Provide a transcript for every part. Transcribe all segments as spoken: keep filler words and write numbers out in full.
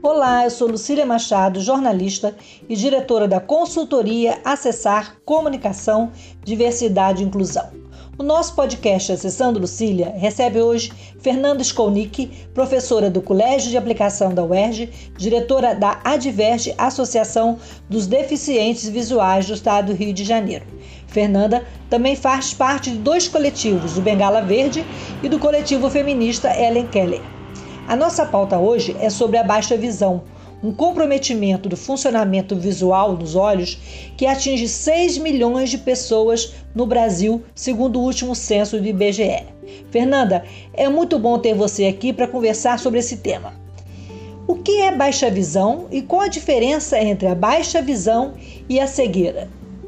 Olá, eu sou Lucília Machado, jornalista e diretora da consultoria Acessar Comunicação, Diversidade e Inclusão. O nosso podcast Acessando Lucília recebe hoje Fernanda Skolnick, professora do Colégio de Aplicação da U E R J, diretora da Adverge, Associação dos Deficientes Visuais do Estado do Rio de Janeiro. Fernanda também faz parte de dois coletivos, do Bengala Verde e do coletivo feminista Ellen Keller. A nossa pauta hoje é sobre a baixa visão, um comprometimento do funcionamento visual dos olhos que atinge seis milhões de pessoas no Brasil, segundo o último censo do I B G E. Fernanda, é muito bom ter você aqui para conversar sobre esse tema. O que é baixa visão e qual a diferença entre a baixa visão e a cegueira?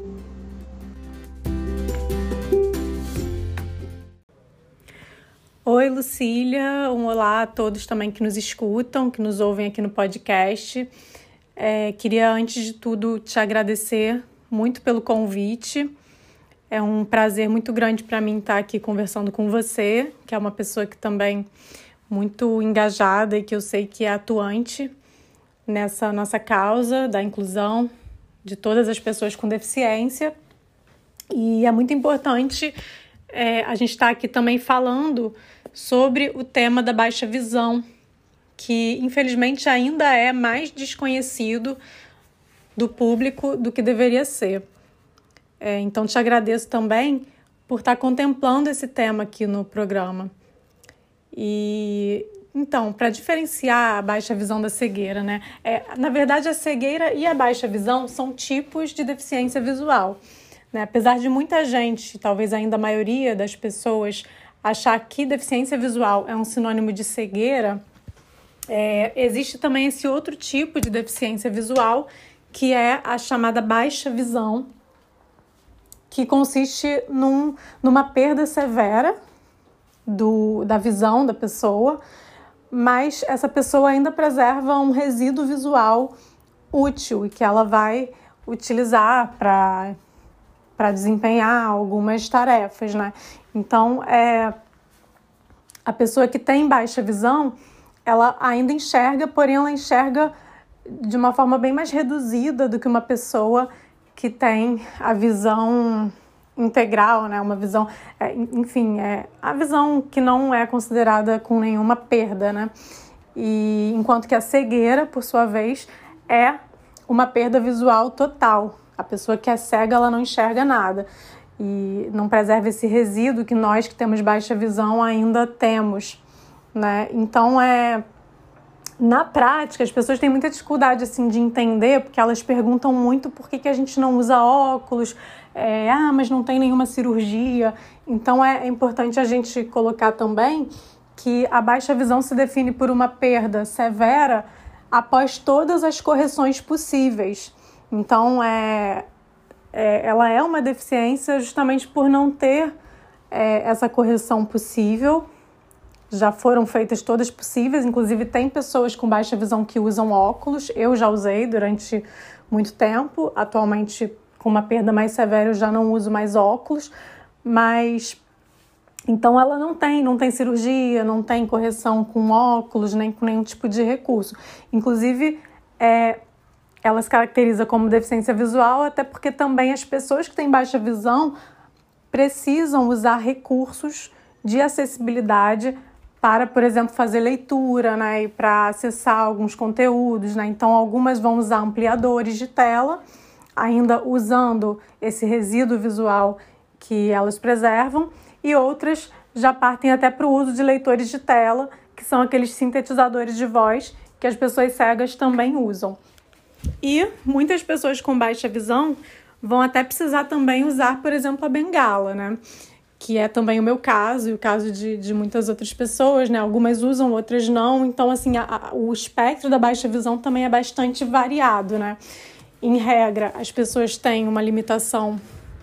Oi, Lucília, um olá a todos também que nos escutam, que nos ouvem aqui no podcast. É, queria, antes de tudo, te agradecer muito pelo convite. É um prazer muito grande para mim estar aqui conversando com você, que é uma pessoa que também muito engajada e que eu sei que é atuante nessa nossa causa da inclusão de todas as pessoas com deficiência. E é muito importante é, a gente estar aqui também falando sobre o tema da baixa visão, que infelizmente ainda é mais desconhecido do público do que deveria ser. É, então, te agradeço também por estar contemplando esse tema aqui no programa. E, então, para diferenciar a baixa visão da cegueira, né? É, na verdade, a cegueira e a baixa visão são tipos de deficiência visual, né? Apesar de muita gente, talvez ainda a maioria das pessoas, achar que deficiência visual é um sinônimo de cegueira, é, existe também esse outro tipo de deficiência visual, que é a chamada baixa visão, que consiste num, numa perda severa do, da visão da pessoa, mas essa pessoa ainda preserva um resíduo visual útil e que ela vai utilizar para para desempenhar algumas tarefas, né? Então, é, a pessoa que tem baixa visão, ela ainda enxerga, porém ela enxerga de uma forma bem mais reduzida do que uma pessoa que tem a visão integral, né? Uma visão, é, enfim, é, a visão que não é considerada com nenhuma perda, né? E enquanto que a cegueira, por sua vez, é uma perda visual total. A pessoa que é cega, ela não enxerga nada e não preserva esse resíduo que nós que temos baixa visão ainda temos, né? Então, é, na prática, as pessoas têm muita dificuldade assim, de entender, porque elas perguntam muito por que, que a gente não usa óculos, é, ah, mas não tem nenhuma cirurgia. Então, é, é importante a gente colocar também que a baixa visão se define por uma perda severa após todas as correções possíveis. Então, é, é, ela é uma deficiência justamente por não ter é, essa correção possível. Já foram feitas todas possíveis, inclusive tem pessoas com baixa visão que usam óculos. Eu já usei durante muito tempo. Atualmente, com uma perda mais severa, eu já não uso mais óculos. Mas, então ela não tem, não tem cirurgia, não tem correção com óculos, nem com nenhum tipo de recurso. Inclusive, é... ela se caracteriza como deficiência visual, até porque também as pessoas que têm baixa visão precisam usar recursos de acessibilidade para, por exemplo, fazer leitura, né, e para acessar alguns conteúdos, né? Então, algumas vão usar ampliadores de tela, ainda usando esse resíduo visual que elas preservam, e outras já partem até para o uso de leitores de tela, que são aqueles sintetizadores de voz que as pessoas cegas também usam. E muitas pessoas com baixa visão vão até precisar também usar, por exemplo, a bengala, né? Que é também o meu caso e o caso de, de muitas outras pessoas, né? Algumas usam, outras não. Então, assim, a, a, o espectro da baixa visão também é bastante variado, né? Em regra, as pessoas têm uma limitação,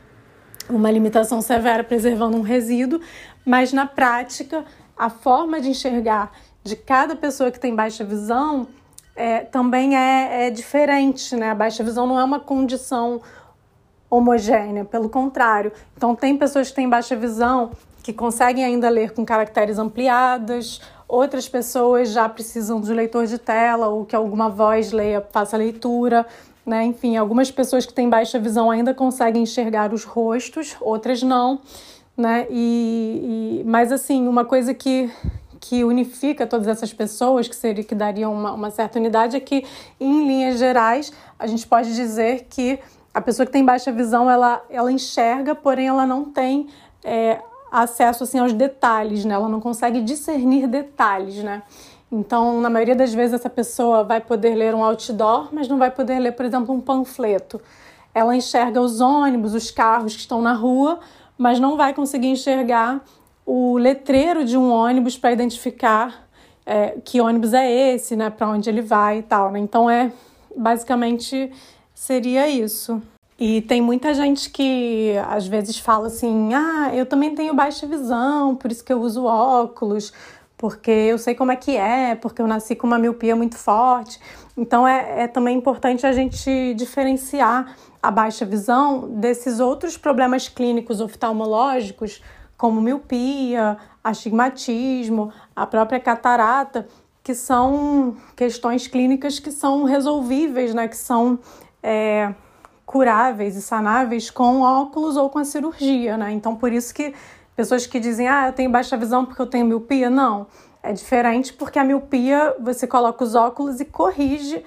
uma limitação severa preservando um resíduo, mas na prática, a forma de enxergar de cada pessoa que tem baixa visão É, também é, é diferente, né? A baixa visão não é uma condição homogênea, pelo contrário. Então, tem pessoas que têm baixa visão que conseguem ainda ler com caracteres ampliadas, outras pessoas já precisam de leitor de tela ou que alguma voz leia, faça a leitura, né? Enfim, algumas pessoas que têm baixa visão ainda conseguem enxergar os rostos, outras não, né? E, e, mas, assim, uma coisa que, que unifica todas essas pessoas, que, seria, que daria uma, uma certa unidade, é que, em linhas gerais, a gente pode dizer que a pessoa que tem baixa visão, ela, ela enxerga, porém ela não tem é, acesso assim, aos detalhes, né? Ela não consegue discernir detalhes, né? Então, na maioria das vezes, essa pessoa vai poder ler um outdoor, mas não vai poder ler, por exemplo, um panfleto. Ela enxerga os ônibus, os carros que estão na rua, mas não vai conseguir enxergar o letreiro de um ônibus para identificar é, que ônibus é esse, né? Para onde ele vai e tal, né? Então, é basicamente... seria isso. E tem muita gente que às vezes fala assim, ah, eu também tenho baixa visão, por isso que eu uso óculos, porque eu sei como é que é, porque eu nasci com uma miopia muito forte. Então é, é também importante a gente diferenciar a baixa visão desses outros problemas clínicos oftalmológicos, como miopia, astigmatismo, a própria catarata, que são questões clínicas que são resolvíveis, né? Que são É, curáveis e sanáveis com óculos ou com a cirurgia, né? Então, por isso que pessoas que dizem, ah, eu tenho baixa visão porque eu tenho miopia, não. É diferente porque a miopia, você coloca os óculos e corrige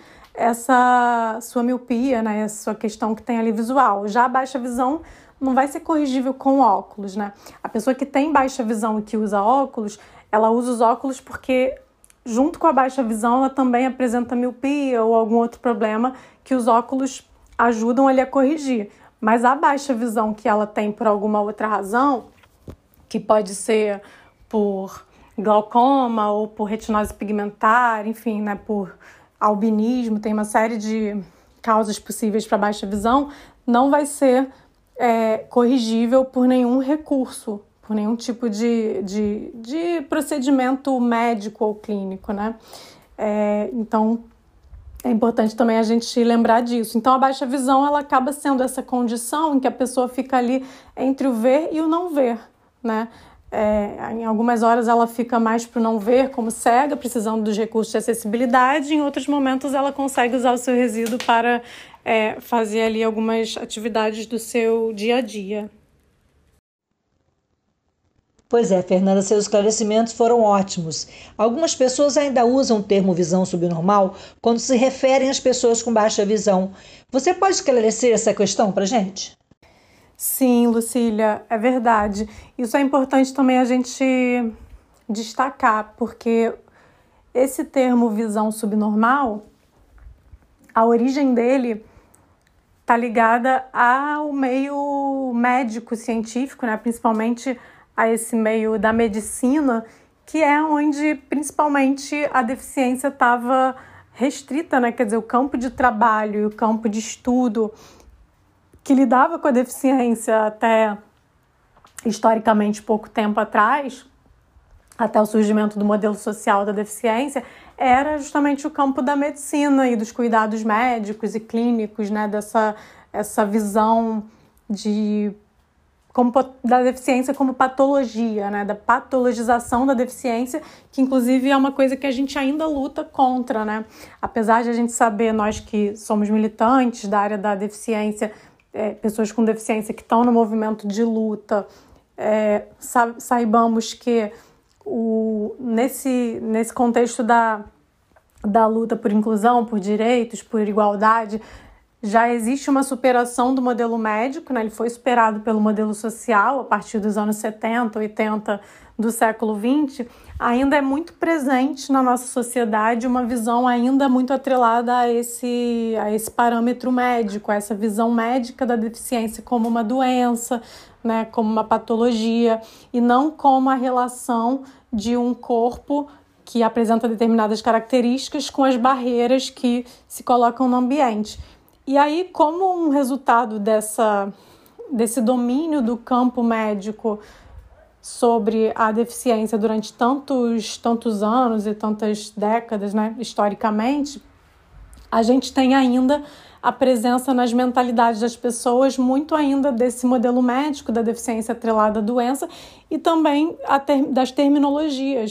essa sua miopia, né? Essa sua questão que tem ali visual. Já a baixa visão não vai ser corrigível com óculos, né? A pessoa que tem baixa visão e que usa óculos, ela usa os óculos porque, junto com a baixa visão, ela também apresenta miopia ou algum outro problema que os óculos ajudam ali a corrigir. Mas a baixa visão que ela tem por alguma outra razão, que pode ser por glaucoma ou por retinose pigmentar, enfim, né, por albinismo, tem uma série de causas possíveis para baixa visão, não vai ser é, corrigível por nenhum recurso, por nenhum tipo de, de, de procedimento médico ou clínico, né? É, então, é importante também a gente lembrar disso. Então, a baixa visão, ela acaba sendo essa condição em que a pessoa fica ali entre o ver e o não ver, né? É, em algumas horas ela fica mais para o não ver, como cega, precisando dos recursos de acessibilidade. Em outros momentos ela consegue usar o seu resíduo para é, fazer ali algumas atividades do seu dia a dia. Pois é, Fernanda, seus esclarecimentos foram ótimos. Algumas pessoas ainda usam o termo visão subnormal quando se referem às pessoas com baixa visão. Você pode esclarecer essa questão para a gente? Sim, Lucília, é verdade. Isso é importante também a gente destacar, porque esse termo visão subnormal, a origem dele está ligada ao meio médico científico, né? Principalmente a esse meio da medicina, que é onde principalmente a deficiência estava restrita, né? Quer dizer, o campo de trabalho e o campo de estudo que lidava com a deficiência até historicamente pouco tempo atrás, até o surgimento do modelo social da deficiência, era justamente o campo da medicina e dos cuidados médicos e clínicos, né? Dessa essa visão de Como, da deficiência como patologia, né? Da patologização da deficiência, que inclusive é uma coisa que a gente ainda luta contra, né? Apesar de a gente saber, nós que somos militantes da área da deficiência, é, pessoas com deficiência que estão no movimento de luta, é, sa- saibamos que o, nesse, nesse contexto da, da luta por inclusão, por direitos, por igualdade, já existe uma superação do modelo médico, né? Ele foi superado pelo modelo social a partir dos anos setenta, oitenta do século vinte. Ainda é muito presente na nossa sociedade uma visão ainda muito atrelada a esse, a esse parâmetro médico, a essa visão médica da deficiência como uma doença, né? Como uma patologia, e não como a relação de um corpo que apresenta determinadas características com as barreiras que se colocam no ambiente. E aí, como um resultado dessa, desse domínio do campo médico sobre a deficiência durante tantos, tantos anos e tantas décadas, né, historicamente, a gente tem ainda a presença nas mentalidades das pessoas muito ainda desse modelo médico da deficiência atrelada à doença e também a ter, das terminologias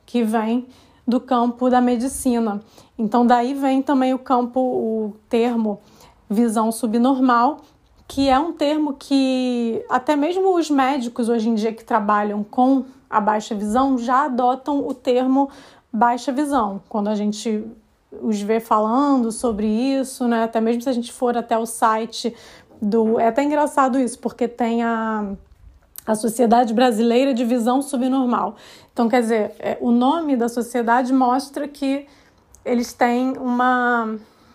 que vem do campo da medicina. Então, daí vem também o campo, o termo visão subnormal, que é um termo que até mesmo os médicos hoje em dia que trabalham com a baixa visão já adotam o termo baixa visão. Quando a gente os vê falando sobre isso, né? Até mesmo se a gente for até o site do... É até engraçado isso, porque tem a, a Sociedade Brasileira de Visão Subnormal. Então, quer dizer, é, o nome da sociedade mostra que eles têm uma,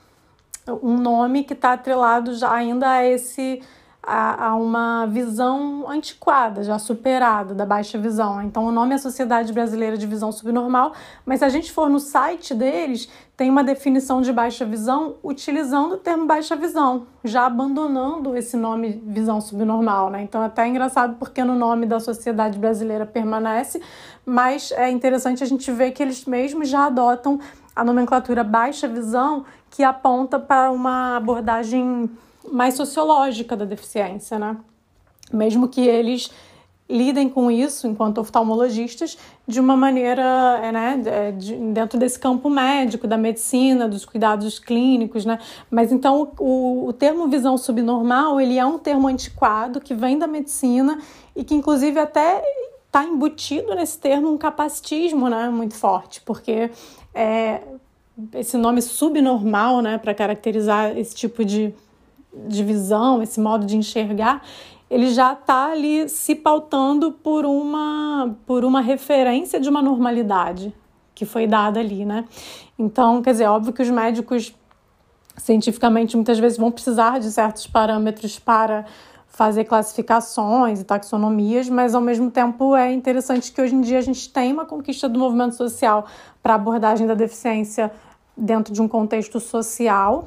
um nome que está atrelado já ainda a esse... A, a uma visão antiquada, já superada da baixa visão. Então, o nome é Sociedade Brasileira de Visão Subnormal, mas se a gente for no site deles, tem uma definição de baixa visão utilizando o termo baixa visão, já abandonando esse nome visão subnormal, né? Então, é até engraçado porque no nome da Sociedade Brasileira permanece, mas é interessante a gente ver que eles mesmos já adotam a nomenclatura baixa visão, que aponta para uma abordagem mais sociológica da deficiência, né? Mesmo que eles lidem com isso, enquanto oftalmologistas, de uma maneira, né, de, dentro desse campo médico, da medicina, dos cuidados clínicos, né? Mas então o, o termo visão subnormal, ele é um termo antiquado que vem da medicina e que inclusive até está embutido nesse termo um capacitismo, né, muito forte, porque é, esse nome subnormal, né, para caracterizar esse tipo de de visão, esse modo de enxergar, ele já está ali se pautando por uma, por uma referência de uma normalidade que foi dada ali, né? Então, quer dizer, óbvio que os médicos cientificamente muitas vezes vão precisar de certos parâmetros para fazer classificações e taxonomias, mas ao mesmo tempo é interessante que hoje em dia a gente tem uma conquista do movimento social para a abordagem da deficiência dentro de um contexto social.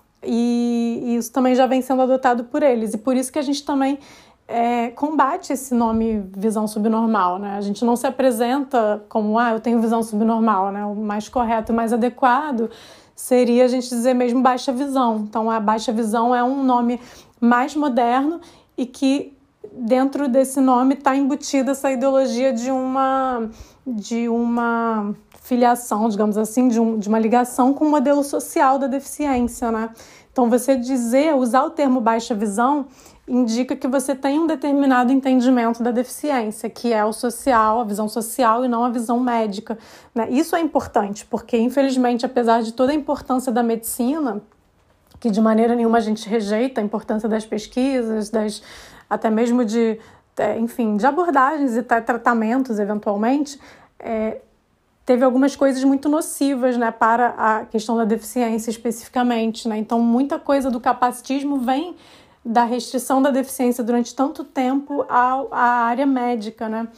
E isso também já vem sendo adotado por eles. E por isso que a gente também é, combate esse nome visão subnormal, né? A gente não se apresenta como, ah, eu tenho visão subnormal, né? O mais correto, o mais adequado seria a gente dizer mesmo baixa visão. Então, a baixa visão é um nome mais moderno e que dentro desse nome está embutida essa ideologia de uma, de uma filiação, digamos assim, de, um, de uma ligação com o modelo social da deficiência, né? Então, você dizer, usar o termo baixa visão indica que você tem um determinado entendimento da deficiência, que é o social, a visão social e não a visão médica, né? Isso é importante, porque, infelizmente, apesar de toda a importância da medicina, que de maneira nenhuma a gente rejeita a importância das pesquisas, das, até mesmo de, enfim, de abordagens e tratamentos, eventualmente, é, teve algumas coisas muito nocivas, né, para a questão da deficiência especificamente, né? Então, muita coisa do capacitismo vem da restrição da deficiência durante tanto tempo à, à área médica, né?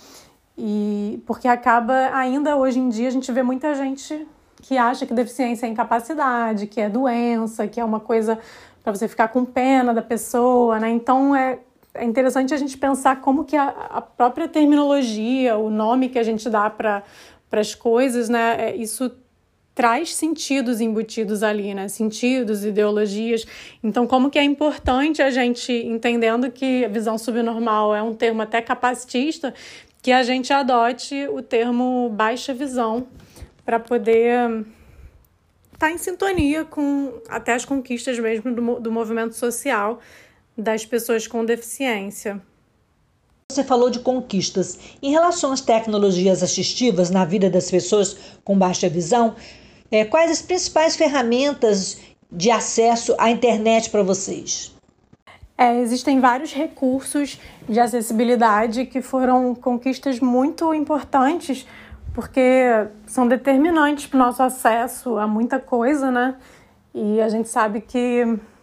E porque acaba, ainda hoje em dia, a gente vê muita gente que acha que deficiência é incapacidade, que é doença, que é uma coisa para você ficar com pena da pessoa, né? Então, é, é interessante a gente pensar como que a, a própria terminologia, o nome que a gente dá para para as coisas, né? Isso traz sentidos embutidos ali, né? Sentidos, ideologias. Então, como que é importante a gente, entendendo que a visão subnormal é um termo até capacitista, que a gente adote o termo baixa visão para poder estar em sintonia com até as conquistas mesmo do, do movimento social das pessoas com deficiência. Você falou de conquistas. Em relação às tecnologias assistivas na vida das pessoas com baixa visão, é, quais as principais ferramentas de acesso à internet para vocês? É, existem vários recursos de acessibilidade que foram conquistas muito importantes, porque são determinantes para o nosso acesso a muita coisa, né? E a gente sabe que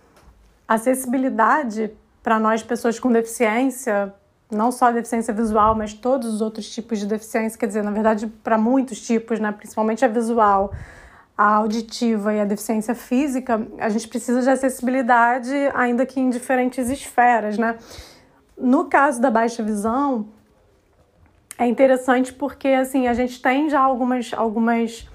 a acessibilidade para nós, pessoas com deficiência, não só a deficiência visual, mas todos os outros tipos de deficiência, quer dizer, na verdade, para muitos tipos, né? Principalmente a visual, a auditiva e a deficiência física, a gente precisa de acessibilidade, ainda que em diferentes esferas, né? No caso da baixa visão, é interessante porque, assim, a gente tem já algumas, algumas,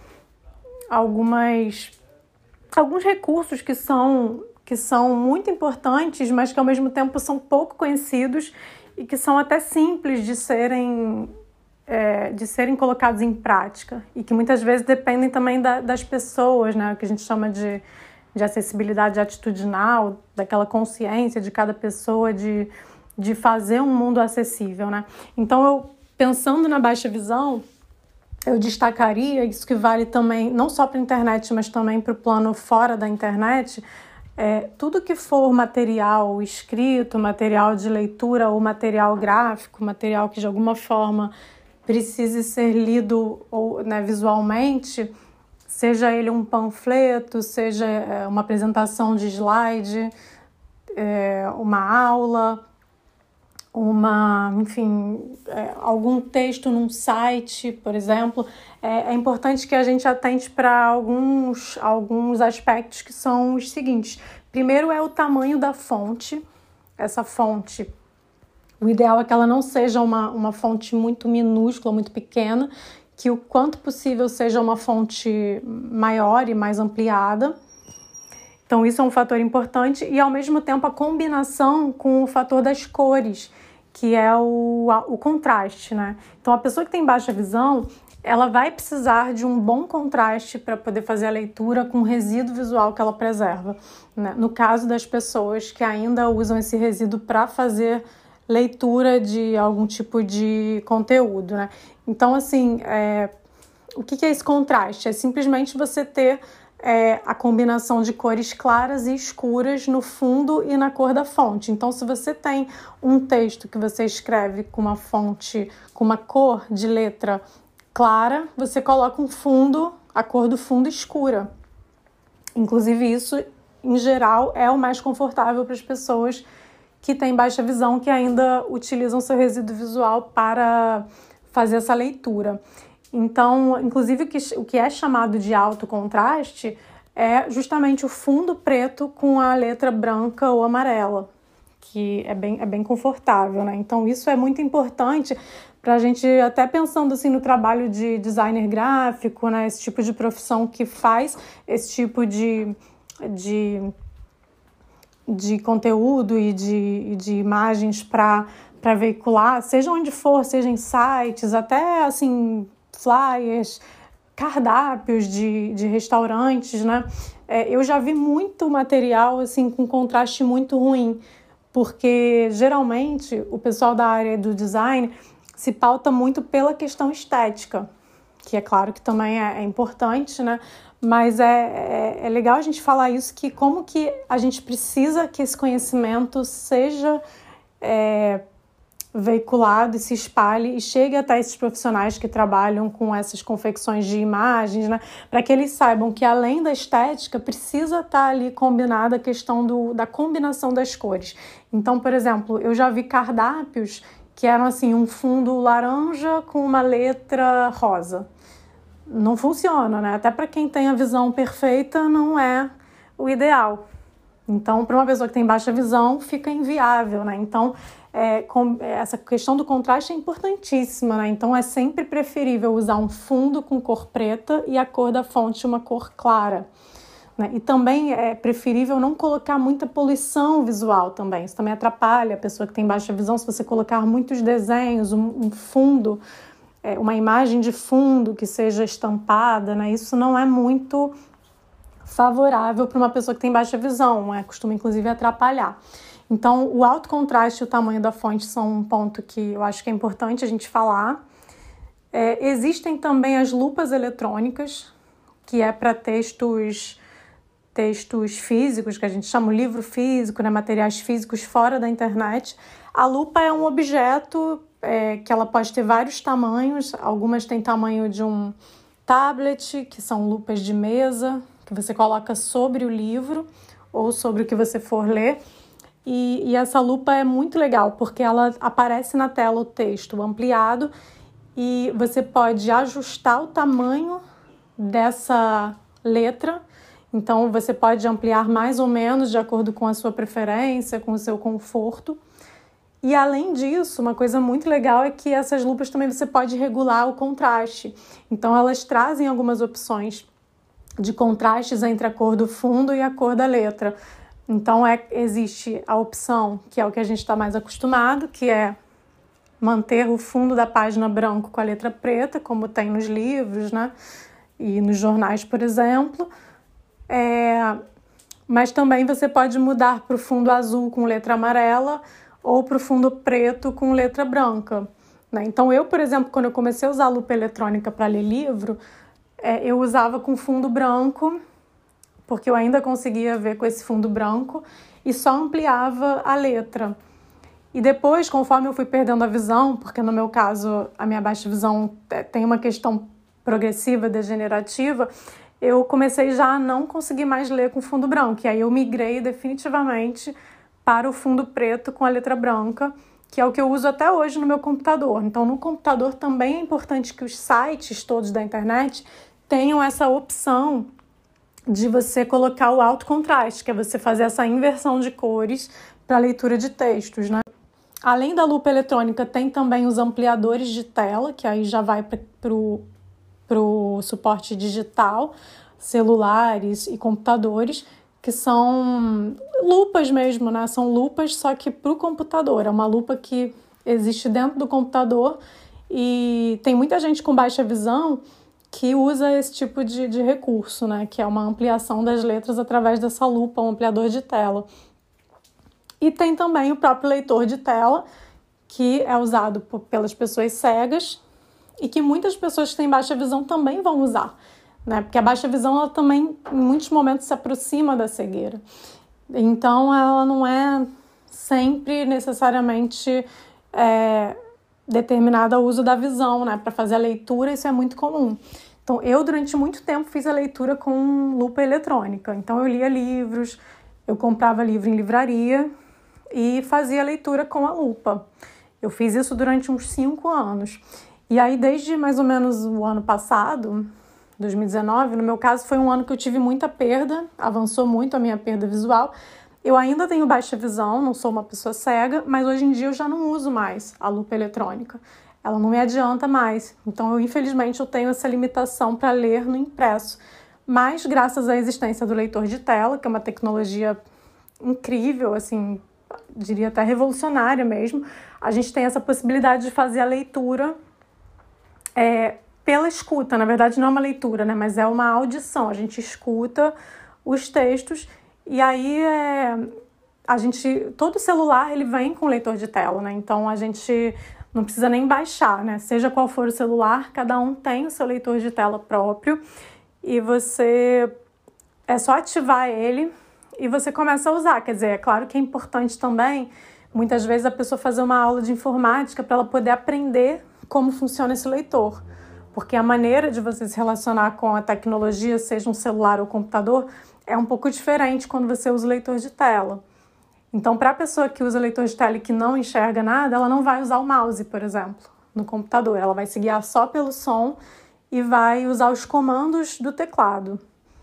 algumas, alguns recursos que são, que são muito importantes, mas que, ao mesmo tempo, são pouco conhecidos e que são até simples de serem é, de serem colocados em prática e que muitas vezes dependem também da, das pessoas, né? O que a gente chama de, de acessibilidade atitudinal, daquela consciência de cada pessoa de, de fazer um mundo acessível, né? Então, eu, pensando na baixa visão, eu destacaria isso que vale também, não só para a internet, mas também para o plano fora da internet, é, tudo que for material escrito, material de leitura ou material gráfico, material que de alguma forma precise ser lido ou, né, visualmente, seja ele um panfleto, seja é, uma apresentação de slide, é, uma aula, uma, enfim, é, algum texto num site, por exemplo, é, é importante que a gente atente para alguns, alguns aspectos que são os seguintes. Primeiro é o tamanho da fonte. Essa fonte, o ideal é que ela não seja uma, uma fonte muito minúscula, muito pequena, que o quanto possível seja uma fonte maior e mais ampliada. Então, isso é um fator importante e, ao mesmo tempo, a combinação com o fator das cores, que é o, o contraste, né? Então, a pessoa que tem baixa visão, ela vai precisar de um bom contraste para poder fazer a leitura com o resíduo visual que ela preserva, né? No caso das pessoas que ainda usam esse resíduo para fazer leitura de algum tipo de conteúdo, né? Então, assim, é, o que é esse contraste? É simplesmente você ter É a combinação de cores claras e escuras no fundo e na cor da fonte. Então, se você tem um texto que você escreve com uma fonte, com uma cor de letra clara, você coloca um fundo, a cor do fundo escura. Inclusive, isso, em geral, é o mais confortável para as pessoas que têm baixa visão, que ainda utilizam seu resíduo visual para fazer essa leitura. Então, inclusive, o que, o que é chamado de alto contraste é justamente o fundo preto com a letra branca ou amarela, que é bem, é bem confortável, né? Então, isso é muito importante para a gente, até pensando assim, no trabalho de designer gráfico, né? Esse tipo de profissão que faz esse tipo de, de, de conteúdo e de, de imagens para para veicular, seja onde for, seja em sites, até assim, flyers, cardápios de, de restaurantes, né? É, eu já vi muito material assim, com contraste muito ruim, porque geralmente o pessoal da área do design se pauta muito pela questão estética, que é claro que também é, é importante, né? Mas é, é, é legal a gente falar isso, que como que a gente precisa que esse conhecimento seja é, veiculado e se espalhe e chegue até esses profissionais que trabalham com essas confecções de imagens, né? Para que eles saibam que, além da estética, precisa estar ali combinada a questão do, da combinação das cores. Então, por exemplo, eu já vi cardápios que eram assim, um fundo laranja com uma letra rosa. Não funciona, né? Até para quem tem a visão perfeita, não é o ideal. Então, para uma pessoa que tem baixa visão, fica inviável, né? Então, é, com, essa questão do contraste é importantíssima, né? Então, é sempre preferível usar um fundo com cor preta e a cor da fonte uma cor clara, né? E também é preferível não colocar muita poluição visual também. Isso também atrapalha a pessoa que tem baixa visão. Se você colocar muitos desenhos, um, um fundo, é, uma imagem de fundo que seja estampada, né? Isso não é muito favorável para uma pessoa que tem baixa visão, né? Costuma inclusive atrapalhar. Então, o alto contraste e o tamanho da fonte são um ponto que eu acho que é importante a gente falar. É, existem também as lupas eletrônicas, que é para textos, textos físicos, que a gente chama de livro físico, né? Materiais físicos fora da internet. A lupa é um objeto é, que ela pode ter vários tamanhos. Algumas têm tamanho de um tablet, que são lupas de mesa, que você coloca sobre o livro ou sobre o que você for ler. E, e essa lupa é muito legal, porque ela aparece na tela o texto ampliado e você pode ajustar o tamanho dessa letra. Então, você pode ampliar mais ou menos de acordo com a sua preferência, com o seu conforto. E, além disso, uma coisa muito legal é que essas lupas também você pode regular o contraste. Então, elas trazem algumas opções de contrastes entre a cor do fundo e a cor da letra. Então, é, existe a opção, que é o que a gente está mais acostumado, que é manter o fundo da página branco com a letra preta, como tem nos livros, né? E nos jornais, por exemplo. É... Mas também você pode mudar para o fundo azul com letra amarela ou para o fundo preto com letra branca, né? Então, eu, por exemplo, quando eu comecei a usar a lupa eletrônica para ler livro, é, eu usava com fundo branco, porque eu ainda conseguia ver com esse fundo branco, e só ampliava a letra. E depois, conforme eu fui perdendo a visão, porque no meu caso a minha baixa visão tem uma questão progressiva, degenerativa, eu comecei já a não conseguir mais ler com fundo branco. E aí eu migrei definitivamente para o fundo preto com a letra branca, que é o que eu uso até hoje no meu computador. Então, no computador também é importante que os sites todos da internet tenham essa opção de você colocar o alto contraste, que é você fazer essa inversão de cores para leitura de textos, né? Além da lupa eletrônica, tem também os ampliadores de tela, que aí já vai para o suporte digital, celulares e computadores, que são lupas mesmo, né? São lupas, só que para o computador. É uma lupa que existe dentro do computador e tem muita gente com baixa visão que usa esse tipo de, de recurso, né? Que é uma ampliação das letras através dessa lupa, um ampliador de tela. E tem também o próprio leitor de tela, que é usado por, pelas pessoas cegas e que muitas pessoas que têm baixa visão também vão usar, né? Porque a baixa visão, ela também, em muitos momentos, se aproxima da cegueira. Então, ela não é sempre necessariamente é, determinada ao uso da visão, né? Para fazer a leitura, isso é muito comum. Então, eu, durante muito tempo, fiz a leitura com lupa eletrônica. Então, eu lia livros, eu comprava livro em livraria e fazia a leitura com a lupa. Eu fiz isso durante uns cinco anos. E aí, desde mais ou menos o ano passado, dois mil e dezenove, no meu caso, foi um ano que eu tive muita perda, avançou muito a minha perda visual. Eu ainda tenho baixa visão, não sou uma pessoa cega, mas hoje em dia eu já não uso mais a lupa eletrônica. Ela não me adianta mais. Então, eu, infelizmente, eu tenho essa limitação para ler no impresso. Mas, graças à existência do leitor de tela, que é uma tecnologia incrível, assim, diria até revolucionária mesmo, a gente tem essa possibilidade de fazer a leitura é, pela escuta. Na verdade, não é uma leitura, né? Mas é uma audição. A gente escuta os textos e aí é, a gente, todo celular ele vem com leitor de tela, né? Então a gente não precisa nem baixar, né? Seja qual for o celular, cada um tem o seu leitor de tela próprio e você é só ativar ele e você começa a usar. Quer dizer, é claro que é importante também, muitas vezes, a pessoa fazer uma aula de informática para ela poder aprender como funciona esse leitor. Porque a maneira de você se relacionar com a tecnologia, seja um celular ou computador, é um pouco diferente quando você usa o leitor de tela. Então, para a pessoa que usa leitor de tela e que não enxerga nada, ela não vai usar o mouse, por exemplo, no computador. Ela vai se guiar só pelo som e vai usar os comandos do teclado,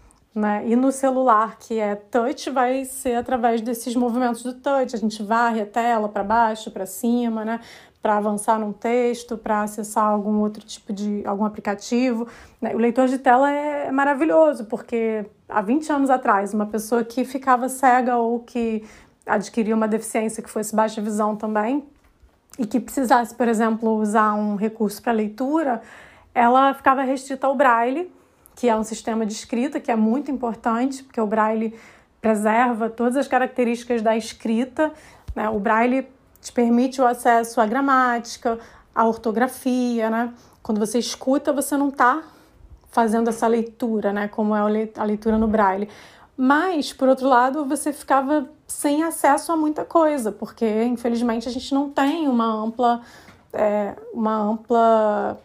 né? E no celular, que é touch, vai ser através desses movimentos do touch. A gente varre a tela para baixo, para cima, né? Para avançar num texto, para acessar algum outro tipo de algum aplicativo. O leitor de tela é maravilhoso, porque há vinte anos atrás, uma pessoa que ficava cega ou que adquiria uma deficiência que fosse baixa visão também e que precisasse, por exemplo, usar um recurso para leitura, ela ficava restrita ao Braille, que é um sistema de escrita que é muito importante, porque o Braille preserva todas as características da escrita, né? O Braille te permite o acesso à gramática, à ortografia, né? Quando você escuta, você não está fazendo essa leitura, né? Como é a leitura no Braille. Mas, por outro lado, você ficava sem acesso a muita coisa, porque, infelizmente, a gente não tem uma ampla, é, uma ampla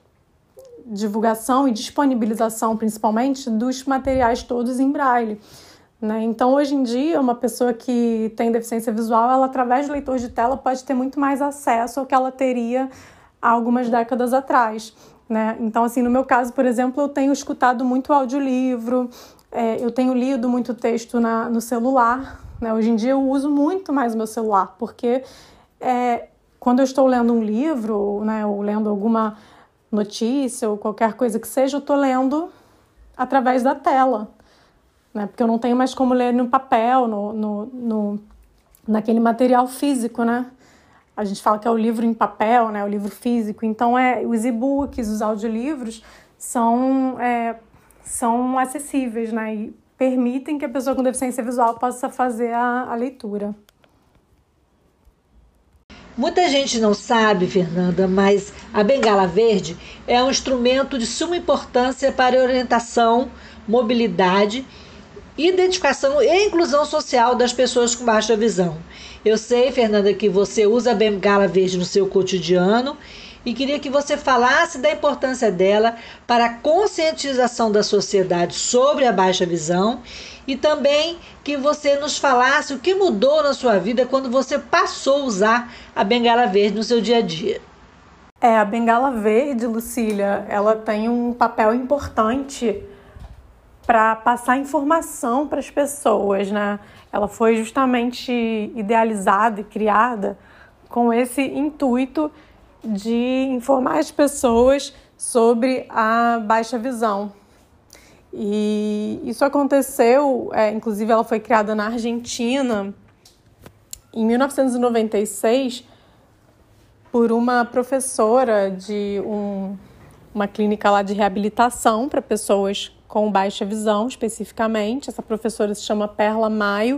divulgação e disponibilização, principalmente, dos materiais todos em Braille, né? Então, hoje em dia, uma pessoa que tem deficiência visual, ela, através do leitor de tela, pode ter muito mais acesso ao que ela teria há algumas décadas atrás, né? Então, assim, no meu caso, por exemplo, eu tenho escutado muito audiolivro, é, eu tenho lido muito texto na, no celular, né? Hoje em dia, eu uso muito mais o meu celular, porque é, quando eu estou lendo um livro, né, ou lendo alguma notícia ou qualquer coisa que seja, eu estou lendo através da tela, né? Porque eu não tenho mais como ler no papel, no, no, no, naquele material físico, né? a gente fala que é o livro em papel, né, o livro físico. Então, é, os e-books, os audiolivros são, é, são acessíveis, né, e permitem que a pessoa com deficiência visual possa fazer a, a leitura. Muita gente não sabe, Fernanda, mas a bengala verde é um instrumento de suma importância para a orientação, mobilidade, identificação e inclusão social das pessoas com baixa visão. Eu sei, Fernanda, que você usa a bengala verde no seu cotidiano e queria que você falasse da importância dela para a conscientização da sociedade sobre a baixa visão e também que você nos falasse o que mudou na sua vida quando você passou a usar a bengala verde no seu dia a dia. É, a bengala verde, Lucília, ela tem um papel importante para passar informação para as pessoas, né? Ela foi justamente idealizada e criada com esse intuito de informar as pessoas sobre a baixa visão. E isso aconteceu, é, inclusive ela foi criada na Argentina em mil novecentos e noventa e seis por uma professora de um, uma clínica lá de reabilitação para pessoas com baixa visão, especificamente. Essa professora se chama Perla Maio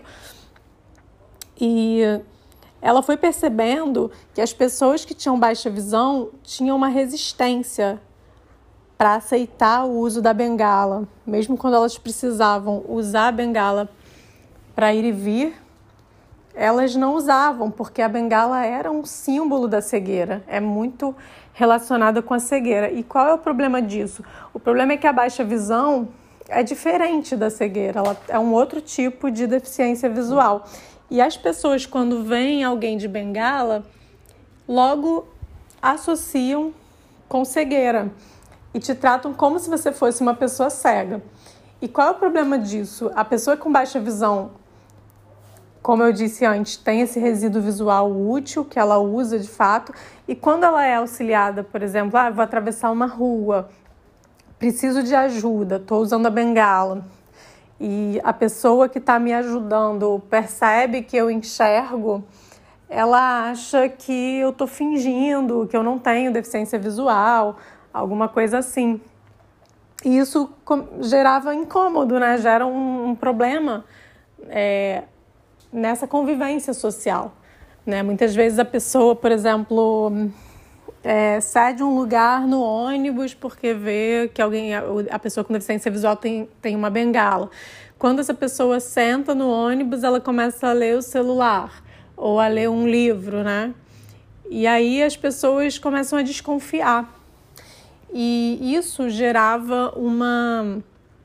e ela foi percebendo que as pessoas que tinham baixa visão tinham uma resistência para aceitar o uso da bengala, mesmo quando elas precisavam usar a bengala para ir e vir, elas não usavam, porque a bengala era um símbolo da cegueira, é muito relacionada com a cegueira. E qual é o problema disso? O problema é que a baixa visão é diferente da cegueira, ela é um outro tipo de deficiência visual. E as pessoas, quando veem alguém de bengala, logo associam com cegueira e te tratam como se você fosse uma pessoa cega. E qual é o problema disso? A pessoa com baixa visão, como eu disse antes, tem esse resíduo visual útil que ela usa de fato, e quando ela é auxiliada, por exemplo, ah, vou atravessar uma rua, preciso de ajuda, estou usando a bengala, e a pessoa que está me ajudando percebe que eu enxergo, ela acha que eu estou fingindo, que eu não tenho deficiência visual, alguma coisa assim. E isso gerava incômodo, né? Gera um, um problema é, nessa convivência social, né? Muitas vezes a pessoa, por exemplo, é, cede um lugar no ônibus porque vê que alguém, a pessoa com deficiência visual tem, tem uma bengala. Quando essa pessoa senta no ônibus, ela começa a ler o celular ou a ler um livro, né? E aí as pessoas começam a desconfiar. E isso gerava uma,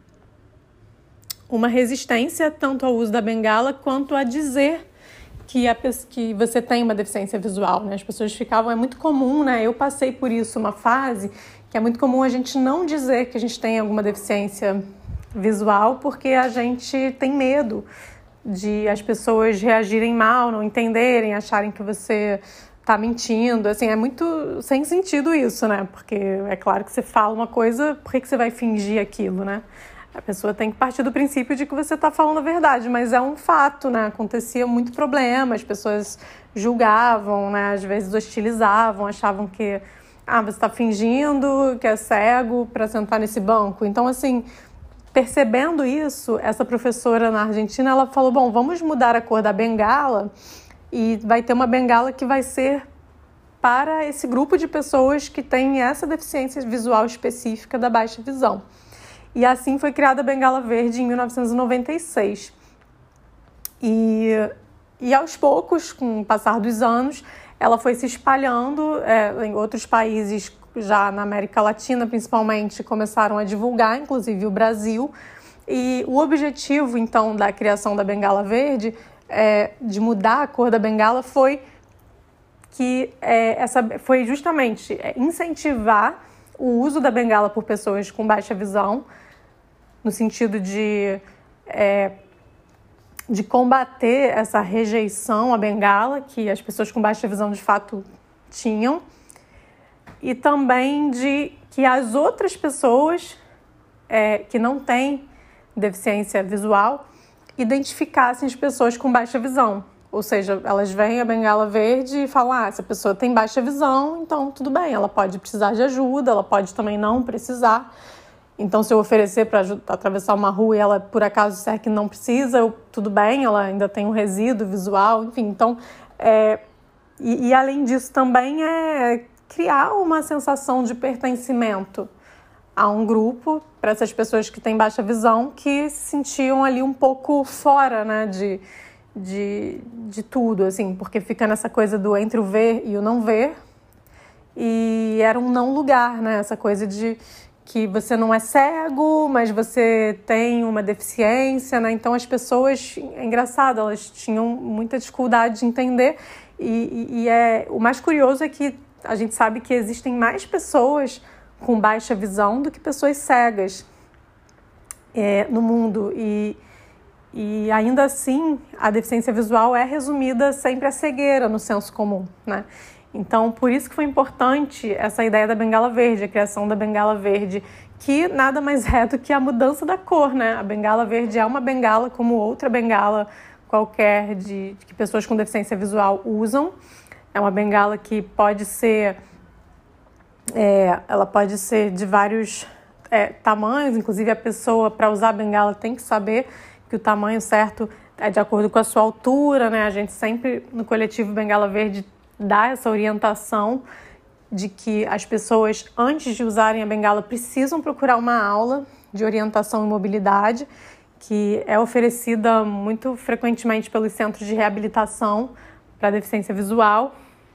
uma resistência tanto ao uso da bengala quanto a dizer que, a, que você tem uma deficiência visual, né? As pessoas ficavam, é muito comum, né? Eu passei por isso uma fase que é muito comum a gente não dizer que a gente tem alguma deficiência visual porque a gente tem medo de as pessoas reagirem mal, não entenderem, acharem que você tá mentindo, assim, é muito sem sentido isso, né? Porque é claro que você fala uma coisa, por que que você vai fingir aquilo, né? A pessoa tem que partir do princípio de que você tá falando a verdade, mas é um fato, né? Acontecia muito problema, as pessoas julgavam, né? Às vezes hostilizavam, achavam que, ah, você tá fingindo que é cego para sentar nesse banco. Então, assim, percebendo isso, essa professora na Argentina, ela falou, bom, vamos mudar a cor da bengala e vai ter uma bengala que vai ser para esse grupo de pessoas que tem essa deficiência visual específica da baixa visão. E assim foi criada a bengala verde em mil novecentos e noventa e seis. E, e aos poucos, com o passar dos anos, ela foi se espalhando é, em outros países, já na América Latina principalmente, começaram a divulgar, inclusive o Brasil. E o objetivo, então, da criação da bengala verde, É, de mudar a cor da bengala foi que é, essa foi justamente é, incentivar o uso da bengala por pessoas com baixa visão, no sentido de, é, de combater essa rejeição à bengala que as pessoas com baixa visão de fato tinham, e também de que as outras pessoas é, que não têm deficiência visual identificassem as pessoas com baixa visão. Ou seja, elas veem a bengala verde e falam, ah, essa pessoa tem baixa visão, então tudo bem, ela pode precisar de ajuda, ela pode também não precisar. Então, se eu oferecer para atravessar uma rua e ela, por acaso, disser que não precisa, eu, tudo bem, ela ainda tem um resíduo visual, enfim. Então, é, e, e além disso também é criar uma sensação de pertencimento a um grupo para essas pessoas que têm baixa visão, que se sentiam ali um pouco fora, né, de, de, de tudo, assim, porque fica nessa coisa do entre o ver e o não ver, e era um não lugar, né, essa coisa de que você não é cego, mas você tem uma deficiência, né? Então as pessoas, é engraçado, elas tinham muita dificuldade de entender, e, e, e é, o mais curioso é que a gente sabe que existem mais pessoas com baixa visão do que pessoas cegas é, no mundo, e, e ainda assim a deficiência visual é resumida sempre à cegueira no senso comum, né? Então, por isso que foi importante essa ideia da bengala verde, a criação da bengala verde, que nada mais é do que a mudança da cor, né? A bengala verde é uma bengala como outra bengala qualquer de, de que pessoas com deficiência visual usam. É uma bengala que pode ser, é, ela pode ser de vários é, tamanhos, inclusive a pessoa, para usar a bengala, tem que saber que o tamanho certo é de acordo com a sua altura, né? A gente sempre, no coletivo Bengala Verde, dá essa orientação de que as pessoas, antes de usarem a bengala, precisam procurar uma aula de orientação e mobilidade, que é oferecida muito frequentemente pelos centros de reabilitação para deficiência visual,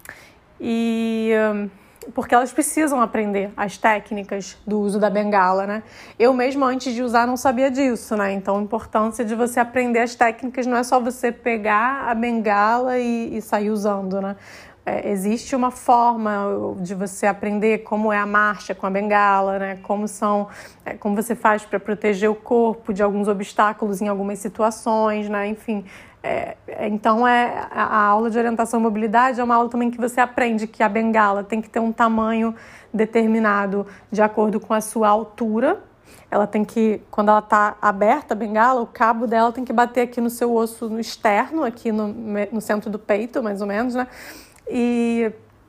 e porque elas precisam aprender as técnicas do uso da bengala, né? Eu mesma, antes de usar, não sabia disso, né? Então, a importância de você aprender as técnicas não é só você pegar a bengala e, e sair usando, né? É, existe uma forma de você aprender como é a marcha com a bengala, né? Como são, é, como você faz para proteger o corpo de alguns obstáculos em algumas situações, né? Enfim, é, então é, a aula de orientação e mobilidade é uma aula também que você aprende que a bengala tem que ter um tamanho determinado de acordo com a sua altura. Ela tem que, quando ela está aberta, a bengala, o cabo dela tem que bater aqui no seu osso no externo, aqui no, no centro do peito, mais ou menos, né? E,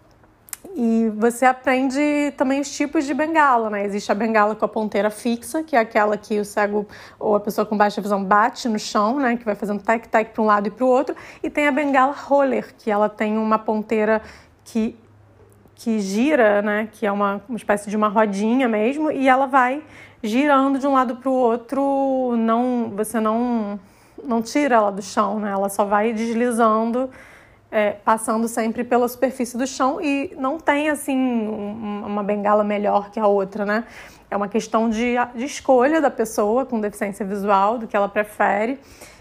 e você aprende também os tipos de bengala, né? Existe a bengala com a ponteira fixa, que é aquela que o cego ou a pessoa com baixa visão bate no chão, né? Que vai fazendo tac-tac para um lado e para o outro. E tem a bengala roller, que ela tem uma ponteira que, que gira, né? Que é uma, uma espécie de uma rodinha mesmo, e ela vai girando de um lado para o outro. Não, você não, não tira ela do chão, né? Ela só vai deslizando, É, passando sempre pela superfície do chão, e não tem, assim, um, uma bengala melhor que a outra, né? É uma questão de, de escolha da pessoa com deficiência visual, do que ela prefere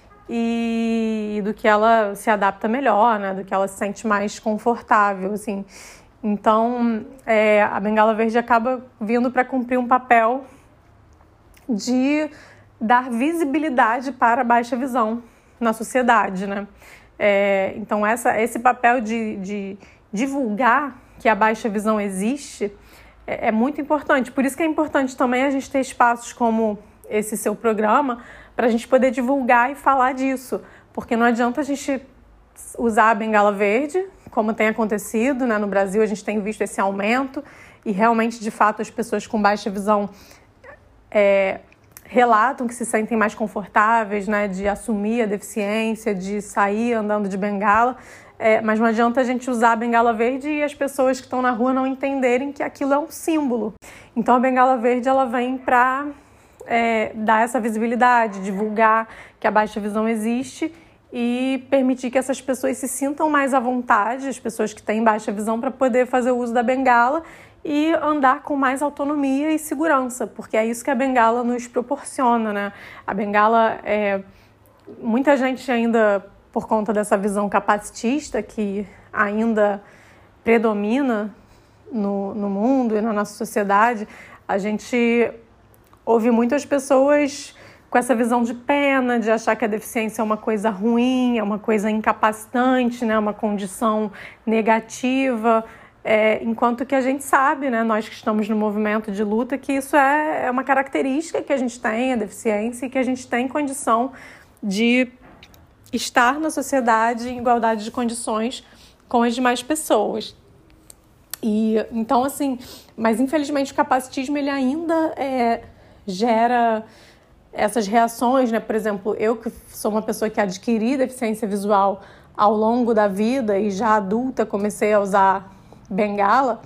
e do que ela se adapta melhor, né? Do que ela se sente mais confortável, assim. Então, é, a bengala verde acaba vindo para cumprir um papel de dar visibilidade para a baixa visão na sociedade, né? É, então, essa, esse papel de, de divulgar que a baixa visão existe é, é muito importante. Por isso que é importante também a gente ter espaços como esse seu programa, para a gente poder divulgar e falar disso. Porque não adianta a gente usar a bengala verde, como tem acontecido, né? No Brasil a gente tem visto esse aumento, e realmente, de fato, as pessoas com baixa visão é, relatam que se sentem mais confortáveis, né, de assumir a deficiência, de sair andando de bengala, é, mas não adianta a gente usar a bengala verde e as pessoas que estão na rua não entenderem que aquilo é um símbolo. Então a bengala verde, ela vem para é, dar essa visibilidade, divulgar que a baixa visão existe e permitir que essas pessoas se sintam mais à vontade, as pessoas que têm baixa visão, para poder fazer o uso da bengala e andar com mais autonomia e segurança, porque é isso que a bengala nos proporciona, né? A bengala, é, muita gente ainda, por conta dessa visão capacitista que ainda predomina no, no mundo e na nossa sociedade, a gente ouve muitas pessoas com essa visão de pena, de achar que a deficiência é uma coisa ruim, é uma coisa incapacitante, né? Uma condição negativa. É, enquanto que a gente sabe, né, nós que estamos no movimento de luta, que isso é, é uma característica que a gente tem, a deficiência, e que a gente tem condição de estar na sociedade em igualdade de condições com as demais pessoas. E, então, assim, mas infelizmente o capacitismo ele ainda é, gera essas reações, né? Por exemplo, eu que sou uma pessoa que adquiri deficiência visual ao longo da vida e já adulta comecei a usar bengala,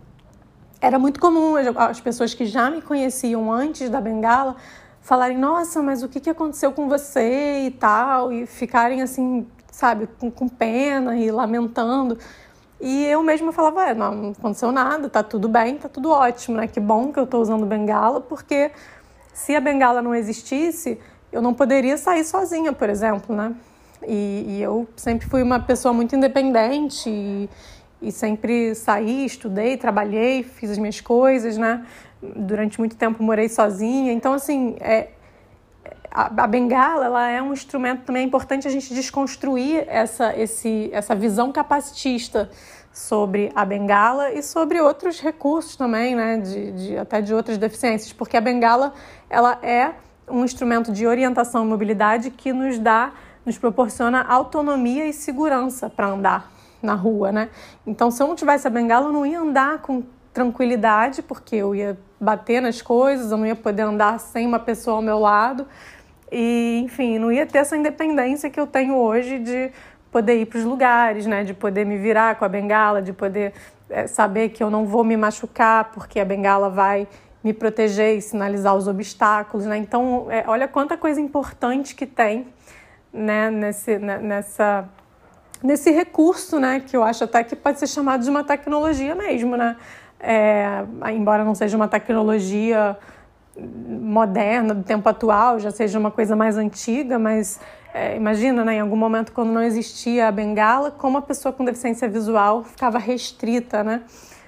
era muito comum as pessoas que já me conheciam antes da bengala falarem, nossa, mas o que, que aconteceu com você e tal, e ficarem assim, sabe, com, com pena e lamentando. E eu mesma falava, é, não, não aconteceu nada, tá tudo bem, tá tudo ótimo, né? Que bom que eu tô usando bengala, porque se a bengala não existisse, eu não poderia sair sozinha, por exemplo, né? E, e eu sempre fui uma pessoa muito independente e, e sempre saí, estudei, trabalhei, fiz as minhas coisas, né? Durante muito tempo morei sozinha. Então, assim, é, a, a bengala ela é um instrumento também, é importante a gente desconstruir essa, esse, essa visão capacitista sobre a bengala e sobre outros recursos também, né? De, de, até de outras deficiências, porque a bengala ela é um instrumento de orientação e mobilidade que nos dá, nos proporciona autonomia e segurança para andar na rua, né? Então, se eu não tivesse a bengala, eu não ia andar com tranquilidade, porque eu ia bater nas coisas, eu não ia poder andar sem uma pessoa ao meu lado e, enfim, não ia ter essa independência que eu tenho hoje de poder ir para os lugares, né? De poder me virar com a bengala, de poder é, saber que eu não vou me machucar porque a bengala vai me proteger e sinalizar os obstáculos, né? Então, é, olha quanta coisa importante que tem, né? Nesse, né? Nessa... nesse recurso, né, que eu acho até que pode ser chamado de uma tecnologia mesmo, né? É, embora não seja uma tecnologia moderna, do tempo atual, já seja uma coisa mais antiga, mas é, imagina, né, em algum momento quando não existia a bengala, como a pessoa com deficiência visual ficava restrita, né?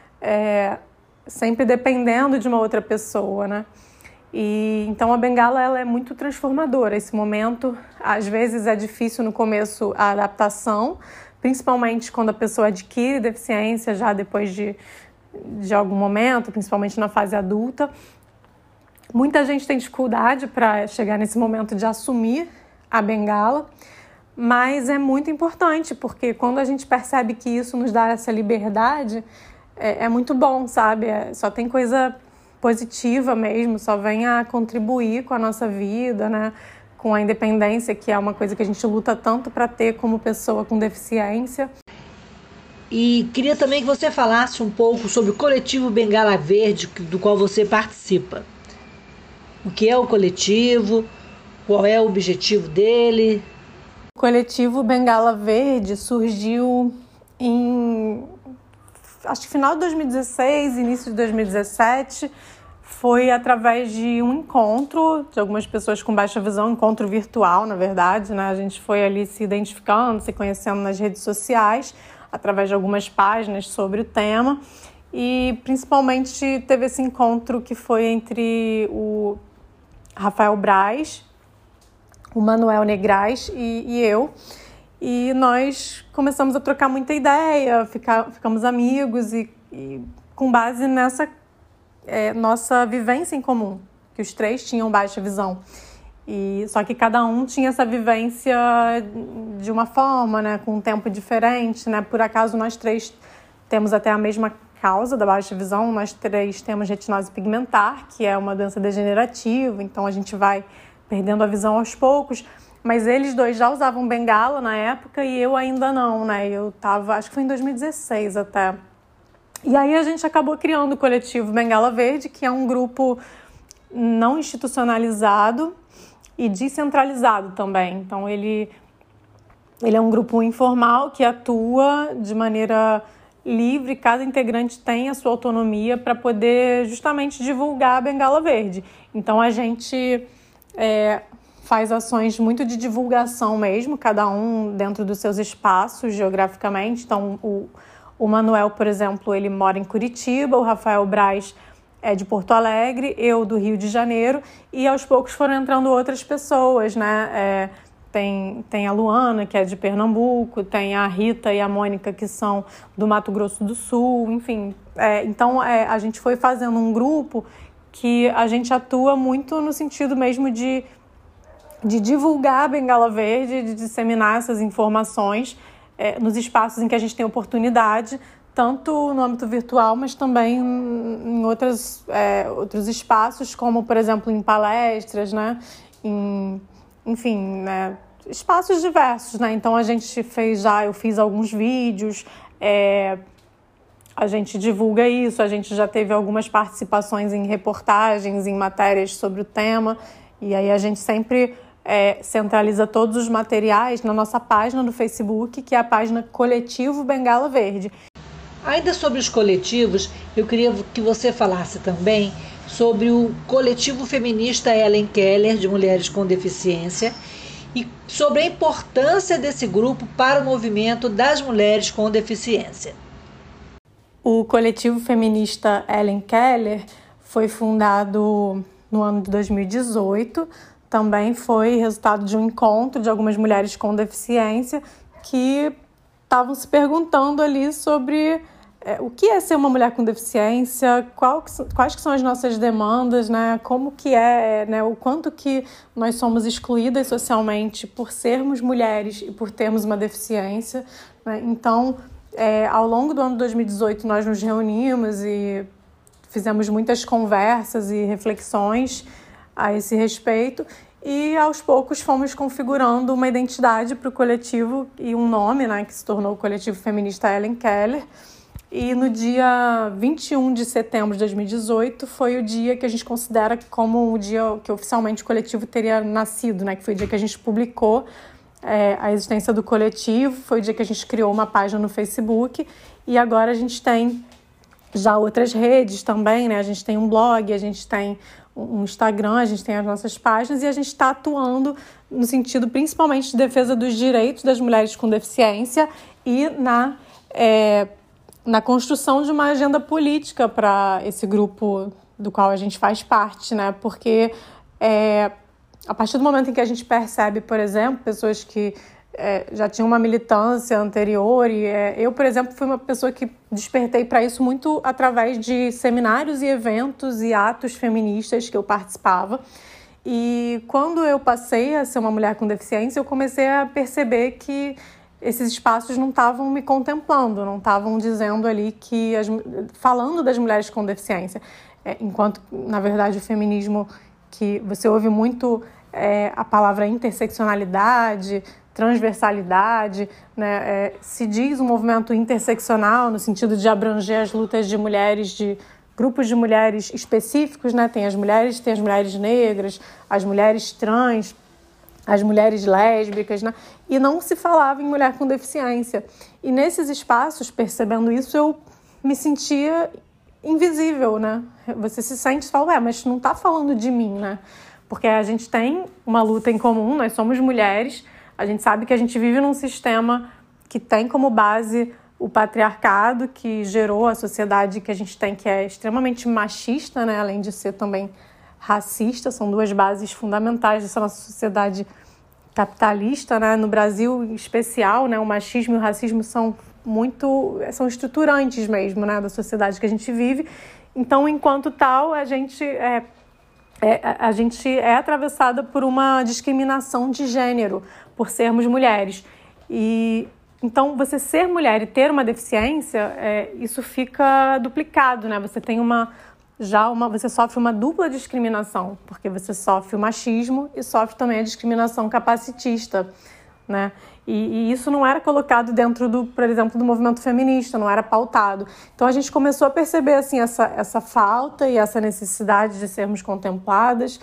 É, sempre dependendo de uma outra pessoa, né? E, então a bengala ela é muito transformadora. Esse momento, às vezes é difícil no começo a adaptação, principalmente quando a pessoa adquire deficiência já depois de, de algum momento, principalmente na fase adulta. Muita gente tem dificuldade para chegar nesse momento de assumir a bengala, mas é muito importante, porque quando a gente percebe que isso nos dá essa liberdade, é, é muito bom, sabe? É, só tem coisa positiva mesmo, só vem a contribuir com a nossa vida, né? Com a independência, que é uma coisa que a gente luta tanto para ter como pessoa com deficiência. E queria também que você falasse um pouco sobre o coletivo Bengala Verde, do qual você participa. O que é o coletivo? Qual é o objetivo dele? O coletivo Bengala Verde surgiu em, acho que final de dois mil e dezesseis, início de dois mil e dezessete, foi através de um encontro de algumas pessoas com baixa visão, um encontro virtual, na verdade, né? A gente foi ali se identificando, se conhecendo nas redes sociais, através de algumas páginas sobre o tema, e principalmente teve esse encontro que foi entre o Rafael Braz, o Manuel Negrais e, e eu, e nós começamos a trocar muita ideia, ficar, ficamos amigos e, e com base nessa é, nossa vivência em comum, que os três tinham baixa visão. E, só que cada um tinha essa vivência de uma forma, né, com um tempo diferente, né? Por acaso nós três temos até a mesma causa da baixa visão, nós três temos retinose pigmentar, que é uma doença degenerativa, então a gente vai perdendo a visão aos poucos, mas eles dois já usavam bengala na época e eu ainda não, né? Eu tava, acho que foi em dois mil e dezesseis até. E aí a gente acabou criando o coletivo Bengala Verde, que é um grupo não institucionalizado e descentralizado também. Então ele, ele é um grupo informal que atua de maneira livre, cada integrante tem a sua autonomia para poder justamente divulgar a Bengala Verde. Então a gente é, faz ações muito de divulgação mesmo, cada um dentro dos seus espaços geograficamente. Então o, o Manuel, por exemplo, ele mora em Curitiba, o Rafael Braz é de Porto Alegre, eu do Rio de Janeiro, e aos poucos foram entrando outras pessoas, né? É, Tem, tem a Luana, que é de Pernambuco, tem a Rita e a Mônica, que são do Mato Grosso do Sul, enfim. É, então, é, a gente foi fazendo um grupo que a gente atua muito no sentido mesmo de de divulgar a Bengala Verde, de disseminar essas informações é, nos espaços em que a gente tem oportunidade, tanto no âmbito virtual, mas também em outras, é, outros espaços, como, por exemplo, em palestras, né? Em, enfim, né? Espaços diversos, né? Então, a gente fez já, eu fiz alguns vídeos, é, a gente divulga isso, a gente já teve algumas participações em reportagens, em matérias sobre o tema, e aí a gente sempre é, centraliza todos os materiais na nossa página do Facebook, que é a página Coletivo Bengala Verde. Ainda sobre os coletivos, eu queria que você falasse também sobre o coletivo feminista Ellen Keller, de mulheres com deficiência, e sobre a importância desse grupo para o movimento das mulheres com deficiência. O coletivo feminista Ellen Keller foi fundado no ano de dois mil e dezoito, também foi resultado de um encontro de algumas mulheres com deficiência que estavam se perguntando ali sobre é, o que é ser uma mulher com deficiência, qual, quais que são as nossas demandas, né? Como que é, né? O quanto que nós somos excluídas socialmente por sermos mulheres e por termos uma deficiência, né? Então, é, ao longo do ano de dois mil e dezoito, nós nos reunimos e fizemos muitas conversas e reflexões a esse respeito, e aos poucos fomos configurando uma identidade para o coletivo e um nome, né, que se tornou o Coletivo Feminista Ellen Keller. E no dia vinte e um de setembro de dois mil e dezoito foi o dia que a gente considera como o dia que oficialmente o coletivo teria nascido, né, que foi o dia que a gente publicou é, a existência do coletivo, foi o dia que a gente criou uma página no Facebook, e agora a gente tem já outras redes também, né? A gente tem um blog, a gente tem um Instagram, a gente tem as nossas páginas, e a gente está atuando no sentido principalmente de defesa dos direitos das mulheres com deficiência e na, é, na construção de uma agenda política para esse grupo do qual a gente faz parte, né? Porque é, a partir do momento em que a gente percebe, por exemplo, pessoas que É, já tinha uma militância anterior, e é, eu, por exemplo, fui uma pessoa que despertei para isso muito através de seminários e eventos e atos feministas que eu participava. E quando eu passei a ser uma mulher com deficiência, eu comecei a perceber que esses espaços não estavam me contemplando, não estavam dizendo ali que, as, falando das mulheres com deficiência, é, enquanto, na verdade, o feminismo, que você ouve muito é, a palavra interseccionalidade, transversalidade, né? É, se diz um movimento interseccional no sentido de abranger as lutas de mulheres, de grupos de mulheres específicos, né? Tem as mulheres, tem as mulheres negras, as mulheres trans, as mulheres lésbicas, né? E não se falava em mulher com deficiência. E nesses espaços, percebendo isso, eu me sentia invisível, né? Você se sente e fala, ué, mas não está falando de mim, né? Porque a gente tem uma luta em comum, nós somos mulheres. A gente sabe que a gente vive num sistema que tem como base o patriarcado, que gerou a sociedade que a gente tem, que é extremamente machista, né? Além de ser também racista. São duas bases fundamentais dessa nossa sociedade capitalista, né? No Brasil, em especial, né? O machismo e o racismo são muito, são estruturantes mesmo, né? Da sociedade que a gente vive. Então, enquanto tal, a gente é, é, a gente é atravessada por uma discriminação de gênero, por sermos mulheres. E então, você ser mulher e ter uma deficiência, é, isso fica duplicado, né? Você tem uma já uma, você sofre uma dupla discriminação, porque você sofre o machismo e sofre também a discriminação capacitista, né? E, e isso não era colocado dentro do, por exemplo, do movimento feminista, não era pautado. Então a gente começou a perceber assim essa essa falta e essa necessidade de sermos contempladas,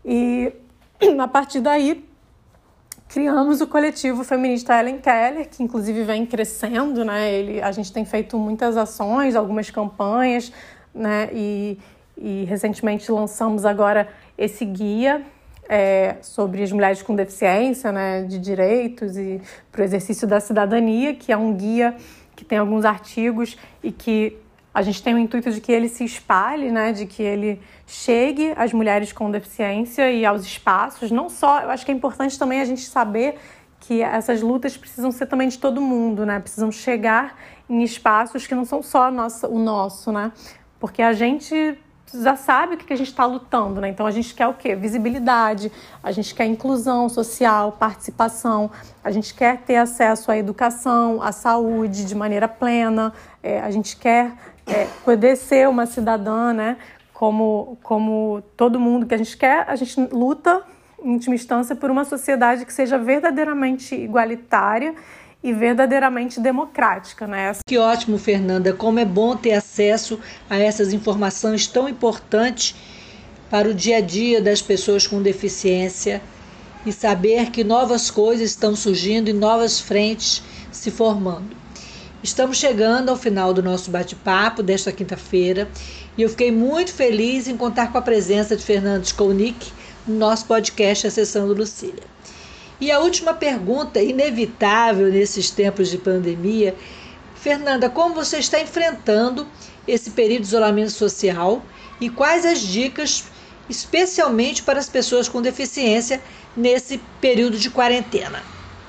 e a partir daí criamos o coletivo feminista Ellen Keller, que inclusive vem crescendo, né? Ele, a gente tem feito muitas ações, algumas campanhas, né? E, e recentemente lançamos agora esse guia é, sobre as mulheres com deficiência, né? De direitos e para o exercício da cidadania, que é um guia que tem alguns artigos e que a gente tem o intuito de que ele se espalhe, né? De que ele chegue às mulheres com deficiência e aos espaços. Não só, eu acho que é importante também a gente saber que essas lutas precisam ser também de todo mundo, né? Precisam chegar em espaços que não são só a nossa, o nosso, né? Porque a gente já sabe o que a gente está lutando, né? Então a gente quer o quê? Visibilidade, a gente quer inclusão social, participação, a gente quer ter acesso à educação, à saúde de maneira plena, é, a gente quer é, poder ser uma cidadã, né? Como, como todo mundo que a gente quer, a gente luta em última instância por uma sociedade que seja verdadeiramente igualitária e verdadeiramente democrática, né? Que ótimo, Fernanda, como é bom ter acesso a essas informações tão importantes para o dia a dia das pessoas com deficiência e saber que novas coisas estão surgindo e novas frentes se formando. Estamos chegando ao final do nosso bate-papo desta quinta-feira e eu fiquei muito feliz em contar com a presença de Fernanda Skolnick no nosso podcast Acessando Lucília. E a última pergunta, inevitável nesses tempos de pandemia, Fernanda, como você está enfrentando esse período de isolamento social e quais as dicas, especialmente para as pessoas com deficiência, nesse período de quarentena?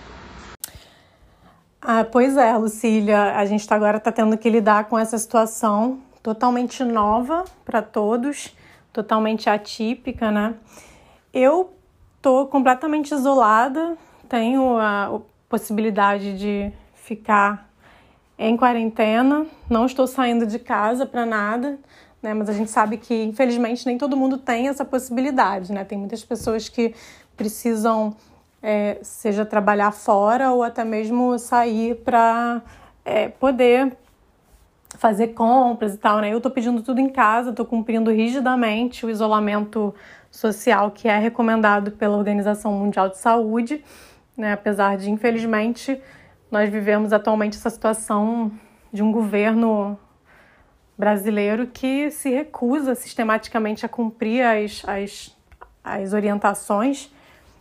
Ah, pois é, Lucília, a gente agora está tendo que lidar com essa situação totalmente nova para todos, totalmente atípica, né? Eu estou completamente isolada, tenho a possibilidade de ficar em quarentena, não estou saindo de casa para nada, né? Mas a gente sabe que, infelizmente, nem todo mundo tem essa possibilidade, né? Tem muitas pessoas que precisam, é, seja trabalhar fora ou até mesmo sair para é, poder fazer compras e tal, né? Eu estou pedindo tudo em casa, estou cumprindo rigidamente o isolamento social que é recomendado pela Organização Mundial de Saúde, né? Apesar de, infelizmente, nós vivemos atualmente essa situação de um governo brasileiro que se recusa sistematicamente a cumprir as, as, as orientações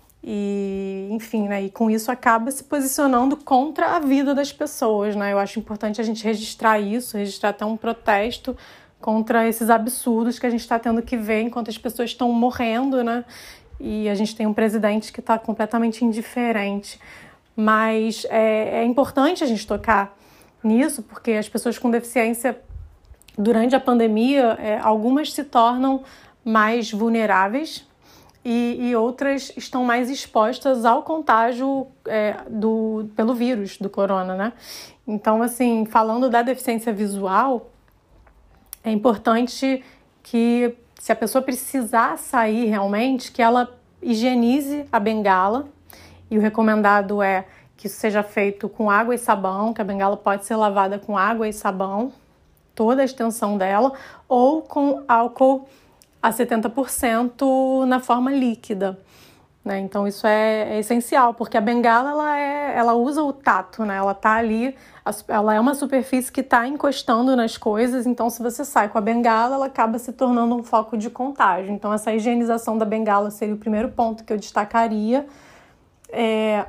e, enfim, né? E com isso acaba se posicionando contra a vida das pessoas, né? Eu acho importante a gente registrar isso, registrar até um protesto contra esses absurdos que a gente está tendo que ver enquanto as pessoas estão morrendo, né? E a gente tem um presidente que está completamente indiferente. Mas é, é importante a gente tocar nisso, porque as pessoas com deficiência, durante a pandemia, é, algumas se tornam mais vulneráveis e, e outras estão mais expostas ao contágio é, do, pelo vírus do corona, né? Então, assim, falando da deficiência visual, é importante que, se a pessoa precisar sair realmente, que ela higienize a bengala. E o recomendado é que isso seja feito com água e sabão, que a bengala pode ser lavada com água e sabão, toda a extensão dela, ou com álcool a setenta por cento na forma líquida, né? Então isso é, é essencial, porque a bengala ela, é, ela usa o tato, né? Ela tá ali, ela é uma superfície que está encostando nas coisas, então se você sai com a bengala, ela acaba se tornando um foco de contágio. Então essa higienização da bengala seria o primeiro ponto que eu destacaria. É...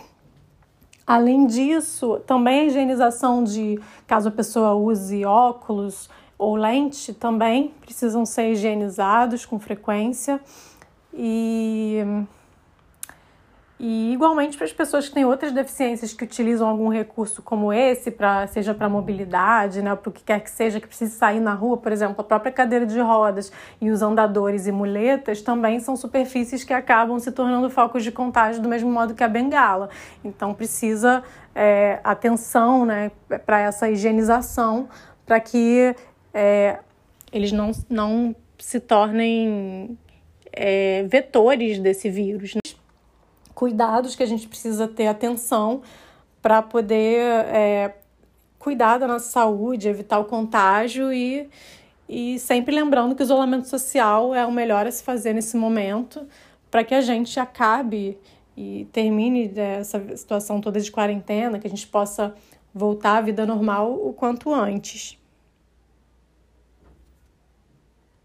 Além disso, também a higienização de, caso a pessoa use óculos ou lente, também precisam ser higienizados com frequência. E, e igualmente para as pessoas que têm outras deficiências que utilizam algum recurso como esse, pra, seja para mobilidade, né, para o que quer que seja, que precise sair na rua, por exemplo, a própria cadeira de rodas e os andadores e muletas também são superfícies que acabam se tornando focos de contágio do mesmo modo que a bengala. Então precisa é, atenção, né, para essa higienização, para que é, eles não, não se tornem É, vetores desse vírus, né? Cuidados que a gente precisa ter atenção para poder é, cuidar da nossa saúde, evitar o contágio e, e sempre lembrando que o isolamento social é o melhor a se fazer nesse momento para que a gente acabe e termine essa situação toda de quarentena, que a gente possa voltar à vida normal o quanto antes.